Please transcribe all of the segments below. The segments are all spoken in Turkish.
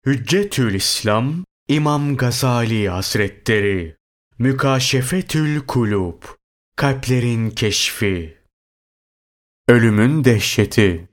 Hüccetül İslam İmam Gazali Hazretleri. Mükaşefetül Kulub, kalplerin keşfi. Ölümün dehşeti.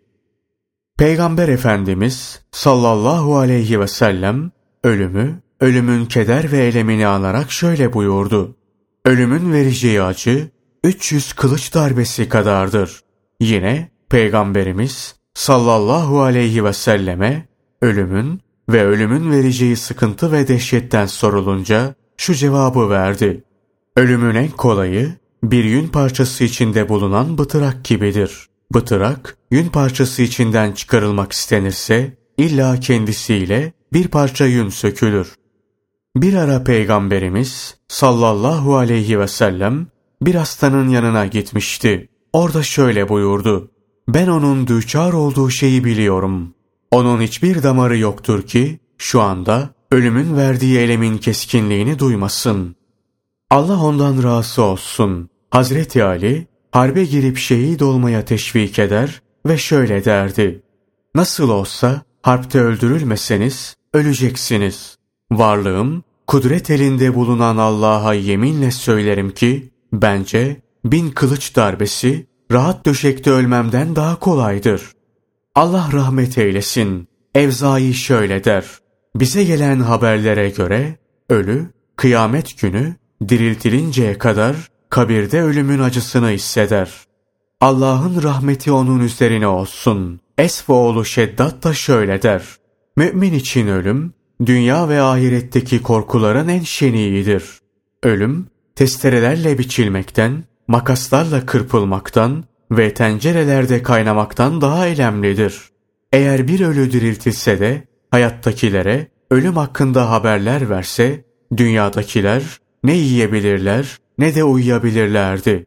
Peygamber Efendimiz sallallahu aleyhi ve sellem ölümü, ölümün keder ve elemini anarak şöyle buyurdu: ölümün vereceği acı 300 kılıç darbesi kadardır. Yine Peygamberimiz sallallahu aleyhi ve selleme ölümün vereceği sıkıntı ve dehşetten sorulunca şu cevabı verdi: ölümün en kolayı bir yün parçası içinde bulunan bıtırak gibidir. Bıtırak, yün parçası içinden çıkarılmak istenirse illa kendisiyle bir parça yün sökülür. Bir ara Peygamberimiz sallallahu aleyhi ve sellem bir hastanın yanına gitmişti. Orada şöyle buyurdu: ben onun düçar olduğu şeyi biliyorum. Onun hiçbir damarı yoktur ki şu anda ölümün verdiği elemin keskinliğini duymasın. Allah ondan razı olsun. Hazreti Ali harbe girip şehit olmaya teşvik eder ve şöyle derdi: nasıl olsa harpte öldürülmeseniz öleceksiniz. Varlığım, kudret elinde bulunan Allah'a yeminle söylerim ki bence 1000 kılıç darbesi rahat döşekte ölmemden daha kolaydır. Allah rahmet eylesin. Evzai şöyle der: bize gelen haberlere göre ölü kıyamet günü diriltilinceye kadar kabirde ölümün acısını hisseder. Allah'ın rahmeti onun üzerine olsun. Esve oğlu Şeddat da şöyle der: mümin için ölüm dünya ve ahiretteki korkuların en şeniğidir. Ölüm testerelerle biçilmekten, makaslarla kırpılmaktan ve tencerelerde kaynamaktan daha elemlidir. Eğer bir ölü diriltilse de hayattakilere ölüm hakkında haberler verse, dünyadakiler ne yiyebilirler ne de uyuyabilirlerdi.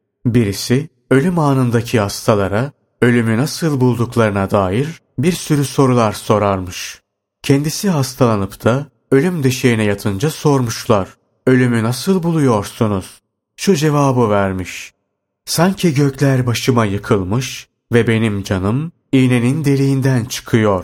Birisi ölüm anındaki hastalara ölümü nasıl bulduklarına dair bir sürü sorular sorarmış. Kendisi hastalanıp da ölüm döşeğine yatınca sormuşlar: ölümü nasıl buluyorsunuz? Şu cevabı vermiş: sanki gökler başıma yıkılmış ve benim canım iğnenin deliğinden çıkıyor.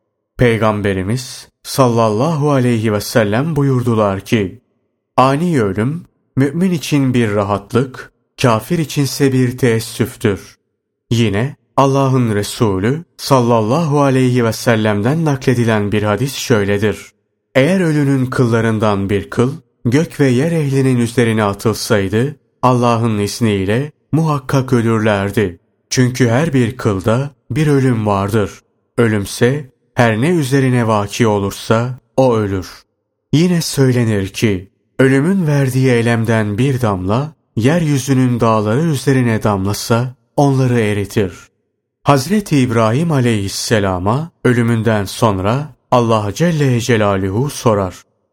Peygamberimiz sallallahu aleyhi ve sellem buyurdular ki, ani ölüm mümin için bir rahatlık, kafir içinse bir teessüftür. Yine Allah'ın Resulü sallallahu aleyhi ve sellem'den nakledilen bir hadis şöyledir: eğer ölünün kıllarından bir kıl gök ve yer ehlinin üzerine atılsaydı Allah'ın izniyle muhakkak ölürlerdi. Çünkü her bir kılda bir ölüm vardır. Ölümse her ne üzerine vaki olursa o ölür. Yine söylenir ki ölümün verdiği elemden bir damla yeryüzünün dağları üzerine damlasa onları eritir. Hazreti İbrahim aleyhisselama ölümünden sonra Allah Celle Celaluhu sorar: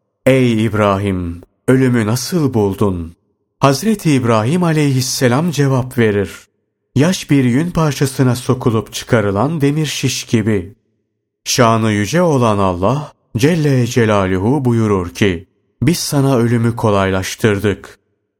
ey İbrahim, ölümü nasıl buldun? Hazreti İbrahim aleyhisselam cevap verir: yaş bir yün parçasına sokulup çıkarılan demir şiş gibi. Şanı yüce olan Allah Celle Celaluhu buyurur ki, biz sana ölümü kolaylaştırdık.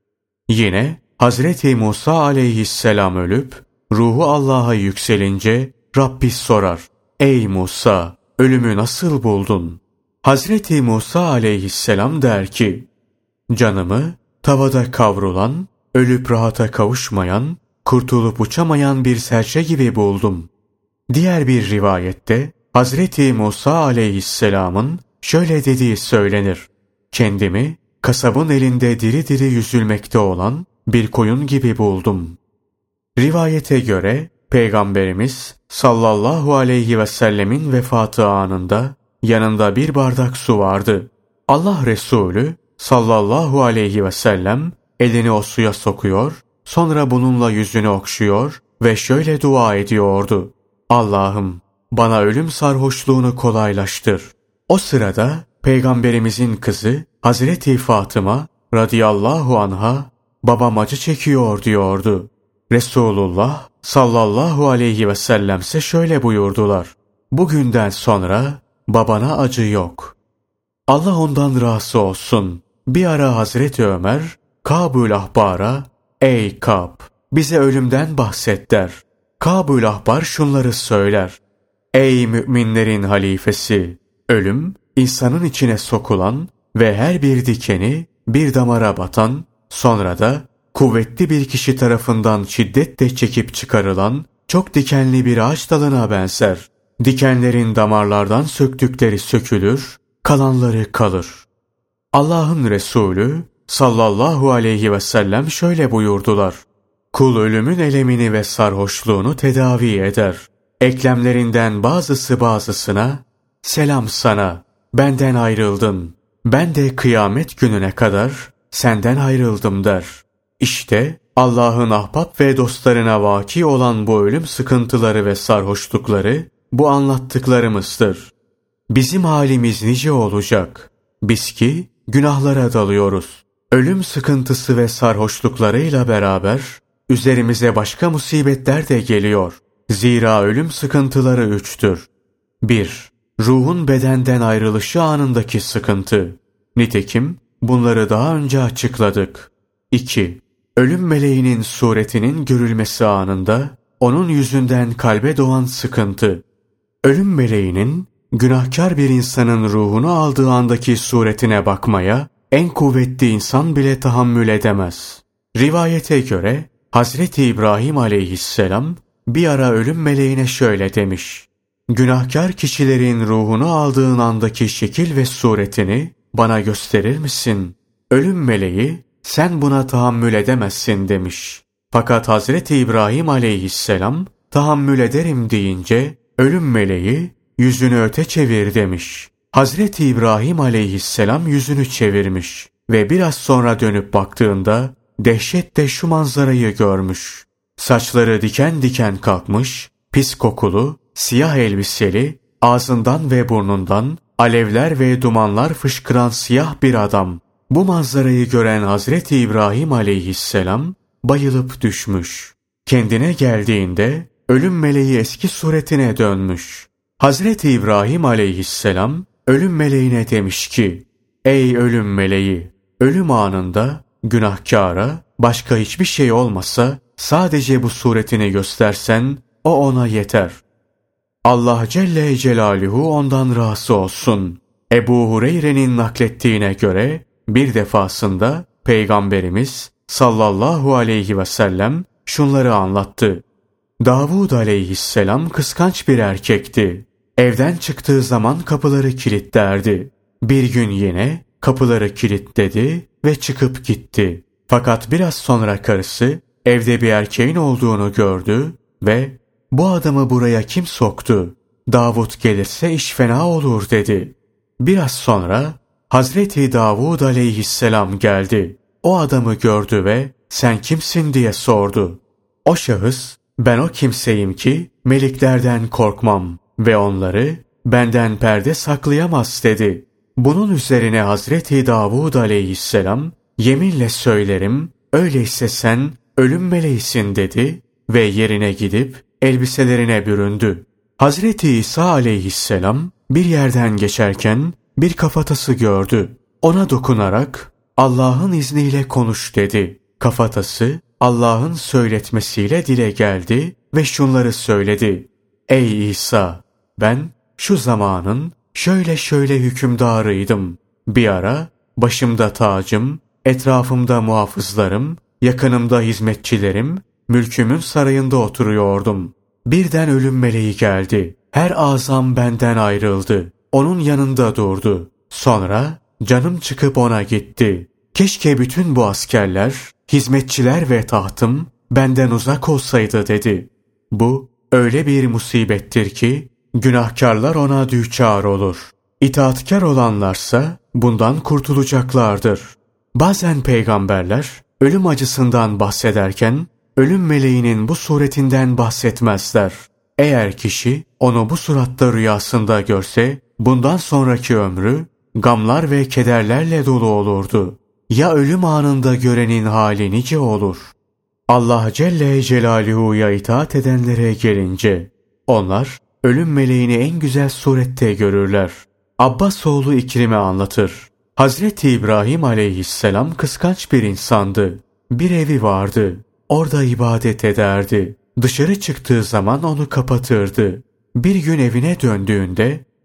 Yine Hazreti Musa aleyhisselam ölüp ruhu Allah'a yükselince Rabbi sorar: ey Musa, ölümü nasıl buldun? Hazreti Musa aleyhisselam der ki, canımı tavada kavrulan, ölüp rahata kavuşmayan, kurtulup uçamayan bir serçe gibi buldum. Diğer bir rivayette Hazreti Musa aleyhisselamın şöyle dediği söylenir: kendimi kasabın elinde diri diri yüzülmekte olan bir koyun gibi buldum. Rivayete göre Peygamberimiz sallallahu aleyhi ve sellemin vefatı anında yanında bir bardak su vardı. Allah Resulü sallallahu aleyhi ve sellem elini o suya sokuyor, sonra bununla yüzünü okşuyor ve şöyle dua ediyordu: Allah'ım, bana ölüm sarhoşluğunu kolaylaştır. O sırada Peygamberimizin kızı Hazreti Fatıma radıyallahu anha babam acı çekiyor diyordu. Resulullah sallallahu aleyhi ve sellem ise şöyle buyurdular: bugünden sonra babana acı yok. Allah ondan razı olsun. Bir ara Hazreti Ömer Kâbül Ahbar'a ey Kâb, bize ölümden bahset der. Kâbül Ahbar şunları söyler: ey müminlerin halifesi, Ölüm, insanın içine sokulan ve her bir dikeni bir damara batan, sonra da kuvvetli bir kişi tarafından şiddetle çekip çıkarılan çok dikenli bir ağaç dalına benzer. Dikenlerin damarlardan söktükleri sökülür, kalanları kalır. Allah'ın Resulü sallallahu aleyhi ve sellem şöyle buyurdular: Kul ölümün elemini ve sarhoşluğunu tedavi eder. Eklemlerinden bazısı bazısına, selam sana, benden ayrıldın, ben de kıyamet gününe kadar senden ayrıldım der. İşte Allah'ın ahbap ve dostlarına vaki olan bu ölüm sıkıntıları ve sarhoşlukları bu anlattıklarımızdır. Bizim halimiz nice olacak? Biz ki günahlara dalıyoruz. Ölüm sıkıntısı ve sarhoşluklarıyla beraber üzerimize başka musibetler de geliyor. Zira ölüm sıkıntıları üçtür. 1. Ruhun bedenden ayrılışı anındaki sıkıntı. Nitekim bunları daha önce açıkladık. 2. Ölüm meleğinin suretinin görülmesi anında onun yüzünden kalbe doğan sıkıntı. Ölüm meleğinin günahkar bir insanın ruhunu aldığı andaki suretine bakmaya en kuvvetli insan bile tahammül edemez. Rivayete göre Hazreti İbrahim aleyhisselam bir ara ölüm meleğine şöyle demiş: Günahkar kişilerin ruhunu aldığın andaki şekil ve suretini bana gösterir misin? Ölüm meleği sen buna tahammül edemezsin demiş. Fakat Hazreti İbrahim aleyhisselam tahammül ederim deyince ölüm meleği yüzünü öte çevir demiş. Hazreti İbrahim aleyhisselam yüzünü çevirmiş ve biraz sonra dönüp baktığında dehşetle şu manzarayı görmüş. Saçları diken diken kalkmış, pis kokulu, siyah elbiseli, ağzından ve burnundan alevler ve dumanlar fışkıran siyah bir adam. Bu manzarayı gören Hazreti İbrahim aleyhisselam bayılıp düşmüş. Kendine geldiğinde ölüm meleği eski suretine dönmüş. Hazreti İbrahim aleyhisselam ölüm meleğine demiş ki: Ey ölüm meleği! Ölüm anında günahkara başka hiçbir şey olmasa sadece bu suretini göstersen o ona yeter. Allah Celle Celaluhu ondan razı olsun. Ebu Hureyre'nin naklettiğine göre bir defasında Peygamberimiz sallallahu aleyhi ve sellem şunları anlattı. Davud aleyhisselam kıskanç bir erkekti. Evden çıktığı zaman kapıları kilitlerdi. Bir gün yine kapıları kilitledi ve çıkıp gitti. Fakat biraz sonra karısı evde bir erkeğin olduğunu gördü ve bu adamı buraya kim soktu? Davud gelirse iş fena olur dedi. Biraz sonra Hazreti Davud aleyhisselam geldi. O adamı gördü ve sen kimsin diye sordu. O şahıs ben o kimseyim ki meleklerden korkmam ve onları benden perde saklayamaz dedi. Bunun üzerine Hazreti Davud aleyhisselam yeminle söylerim öyleyse sen ölüm meleğisin dedi ve yerine gidip elbiselerine büründü. Hazreti İsa aleyhisselam bir yerden geçerken bir kafatası gördü. Ona dokunarak Allah'ın izniyle konuş dedi. Kafatası Allah'ın söyletmesiyle dile geldi ve şunları söyledi. Ey İsa! Ben şu zamanın şöyle şöyle hükümdarıydım. Bir ara başımda tacım, etrafımda muhafızlarım, yakınımda hizmetçilerim, mülkümün sarayında oturuyordum. Birden ölüm meleği geldi. Her azam benden ayrıldı. Onun yanında durdu. Sonra canım çıkıp ona gitti. Keşke bütün bu askerler, hizmetçiler ve tahtım benden uzak olsaydı dedi. Bu öyle bir musibettir ki günahkarlar ona düçar olur. İtaatkar olanlarsa bundan kurtulacaklardır. Bazen peygamberler ölüm acısından bahsederken ölüm meleğinin bu suretinden bahsetmezler. Eğer kişi onu bu suratta rüyasında görse bundan sonraki ömrü gamlar ve kederlerle dolu olurdu. Ya ölüm anında görenin hali nice olur? Allah Celle Celaluhu'ya itaat edenlere gelince onlar ölüm meleğini en güzel surette görürler. Abbas oğlu İkrim'e anlatır. Hazreti İbrahim aleyhisselam kıskanç bir insandı. Bir evi vardı. Orada ibadet ederdi. Dışarı çıktığı zaman onu kapatırdı. Bir gün evine döndüğünde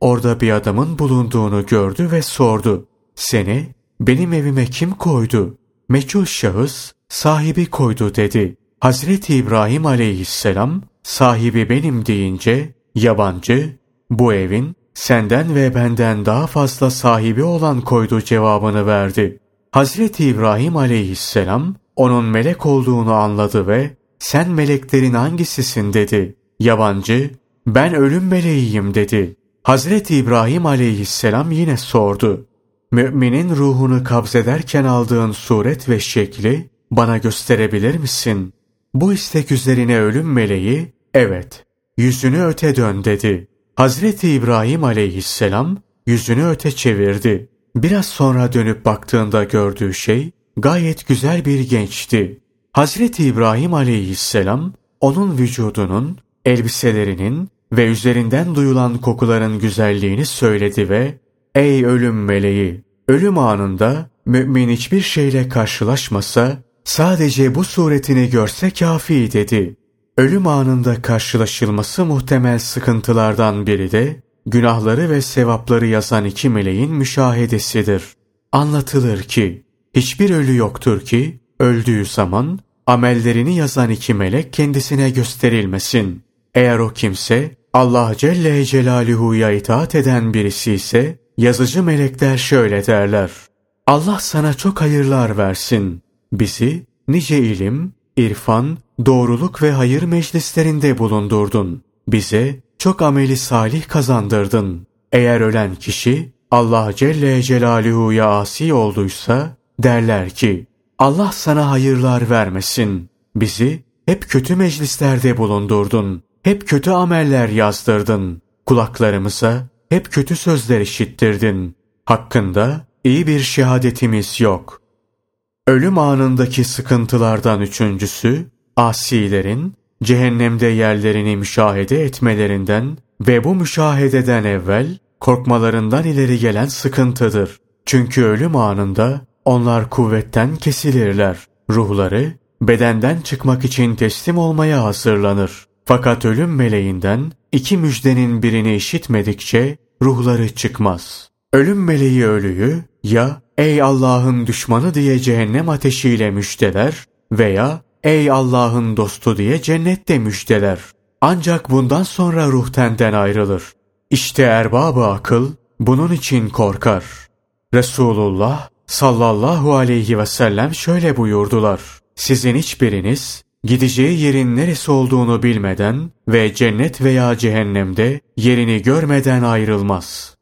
orada bir adamın bulunduğunu gördü ve sordu. Seni benim evime kim koydu? Meçhul şahıs, sahibi koydu dedi. Hazreti İbrahim aleyhisselam, sahibi benim deyince, yabancı, bu evin senden ve benden daha fazla sahibi olan koydu cevabını verdi. Hazreti İbrahim aleyhisselam, onun melek olduğunu anladı ve sen meleklerin hangisisin dedi. Yabancı, ben ölüm meleğiyim dedi. Hazreti İbrahim aleyhisselam yine sordu. Müminin ruhunu kabzederken aldığın suret ve şekli bana gösterebilir misin? Bu istek üzerine ölüm meleği, evet, yüzünü öte dön dedi. Hazreti İbrahim aleyhisselam yüzünü öte çevirdi. Biraz sonra dönüp baktığında gördüğü şey gayet güzel bir gençti. Hazreti İbrahim aleyhisselam onun vücudunun, elbiselerinin ve üzerinden duyulan kokuların güzelliğini söyledi ve ''Ey ölüm meleği, ölüm anında mümin hiçbir şeyle karşılaşmasa sadece bu suretini görse kâfi'' dedi. Ölüm anında karşılaşılması muhtemel sıkıntılardan biri de günahları ve sevapları yazan iki meleğin müşahedesidir. Anlatılır ki hiçbir ölü yoktur ki öldüğü zaman amellerini yazan iki melek kendisine gösterilmesin. Eğer o kimse Allah Celle Celaluhu'ya itaat eden birisi ise yazıcı melekler şöyle derler. Allah sana çok hayırlar versin. Bizi nice ilim, irfan, doğruluk ve hayır meclislerinde bulundurdun. Bize çok ameli salih kazandırdın. Eğer ölen kişi Allah Celle Celaluhu'ya asi olduysa derler ki Allah sana hayırlar vermesin. Bizi hep kötü meclislerde bulundurdun. Hep kötü ameller yazdırdın. Kulaklarımıza hep kötü sözler işittirdin. Hakkında iyi bir şehadetimiz yok. Ölüm anındaki sıkıntılardan üçüncüsü, asilerin cehennemde yerlerini müşahede etmelerinden ve bu müşahededen evvel korkmalarından ileri gelen sıkıntıdır. Çünkü ölüm anında onlar kuvvetten kesilirler. Ruhları bedenden çıkmak için teslim olmaya hazırlanır. Fakat ölüm meleğinden iki müjdenin birini işitmedikçe ruhları çıkmaz. Ölüm meleği ölüyü ya ''Ey Allah'ın düşmanı'' diye cehennem ateşiyle müjdeler veya ''Ey Allah'ın dostu'' diye cennette müjdeler. Ancak bundan sonra ruh tenden ayrılır. İşte erbab-ı akıl bunun için korkar. Resulullah sallallahu aleyhi ve sellem şöyle buyurdular. Sizin hiçbiriniz gideceği yerin neresi olduğunu bilmeden ve cennet veya cehennemde yerini görmeden ayrılmaz.